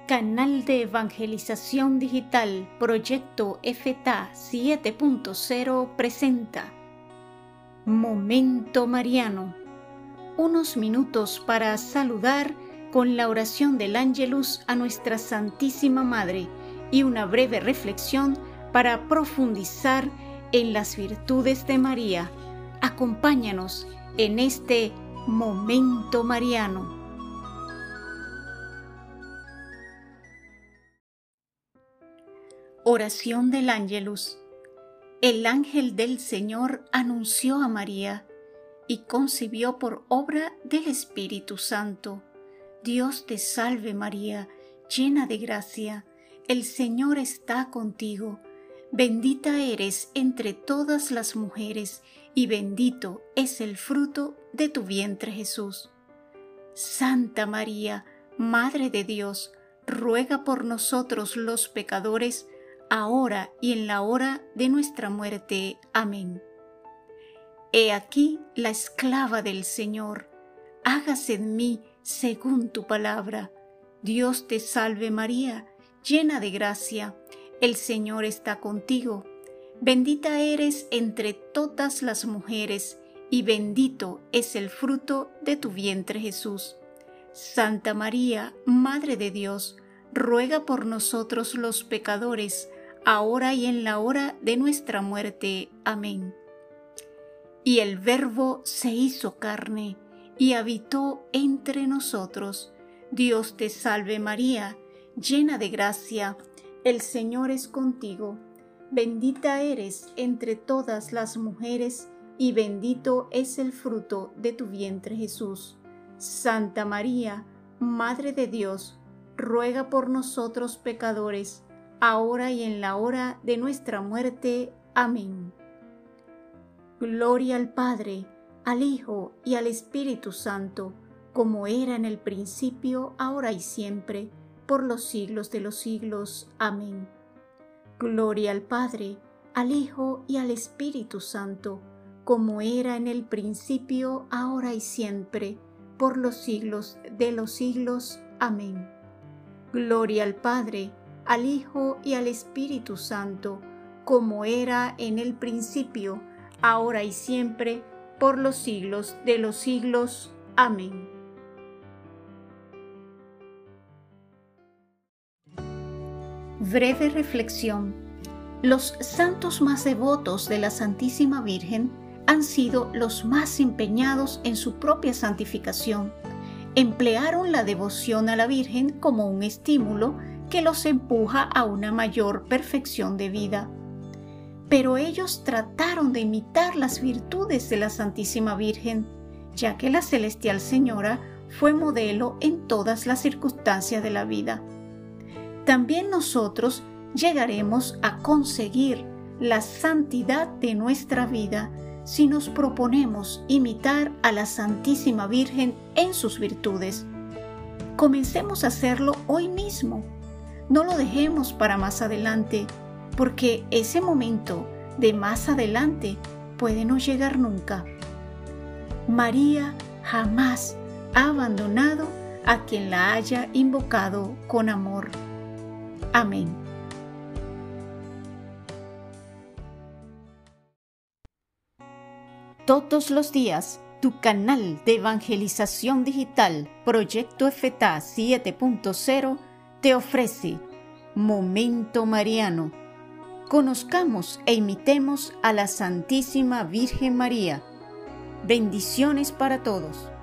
Canal de Evangelización Digital Proyecto FTA 7.0 presenta Momento Mariano. Unos minutos para saludar con la oración del Ángelus a nuestra Santísima Madre y una breve reflexión para profundizar en las virtudes de María. Acompáñanos en este Momento Mariano. Oración del Ángelus. El ángel del Señor anunció a María y concibió por obra del Espíritu Santo. Dios te salve María, llena de gracia, el Señor está contigo. Bendita eres entre todas las mujeres y bendito es el fruto de tu vientre Jesús. Santa María, Madre de Dios, ruega por nosotros los pecadores, ahora y en la hora de nuestra muerte. Amén. He aquí la esclava del Señor, hágase en mí según tu palabra. Dios te salve María, llena de gracia, el Señor está contigo. Bendita eres entre todas las mujeres, y bendito es el fruto de tu vientre Jesús. Santa María, Madre de Dios, ruega por nosotros los pecadores, ahora y en la hora de nuestra muerte. Amén. Y el Verbo se hizo carne y habitó entre nosotros. Dios te salve María, llena de gracia, el Señor es contigo. Bendita eres entre todas las mujeres y bendito es el fruto de tu vientre Jesús. Santa María, Madre de Dios, ruega por nosotros pecadores, ahora y en la hora de nuestra muerte. Amén. Gloria al Padre, al Hijo y al Espíritu Santo, como era en el principio, ahora y siempre, por los siglos de los siglos. Amén. Gloria al Padre, al Hijo y al Espíritu Santo, como era en el principio, ahora y siempre, por los siglos de los siglos. Amén. Gloria al Padre, al Hijo y al Espíritu Santo, como era en el principio, ahora y siempre, por los siglos de los siglos. Amén. Breve reflexión. Los santos más devotos de la Santísima Virgen han sido los más empeñados en su propia santificación. Emplearon la devoción a la Virgen como un estímulo que los empuja a una mayor perfección de vida. Pero ellos trataron de imitar las virtudes de la Santísima Virgen, ya que la Celestial Señora fue modelo en todas las circunstancias de la vida. También nosotros llegaremos a conseguir la santidad de nuestra vida si nos proponemos imitar a la Santísima Virgen en sus virtudes. Comencemos a hacerlo hoy mismo. No lo dejemos para más adelante, porque ese momento de más adelante puede no llegar nunca. María jamás ha abandonado a quien la haya invocado con amor. Amén. Todos los días, tu canal de evangelización digital Proyecto FTA 7.0 te ofrece Momento Mariano. Conozcamos e imitemos a la Santísima Virgen María. Bendiciones para todos.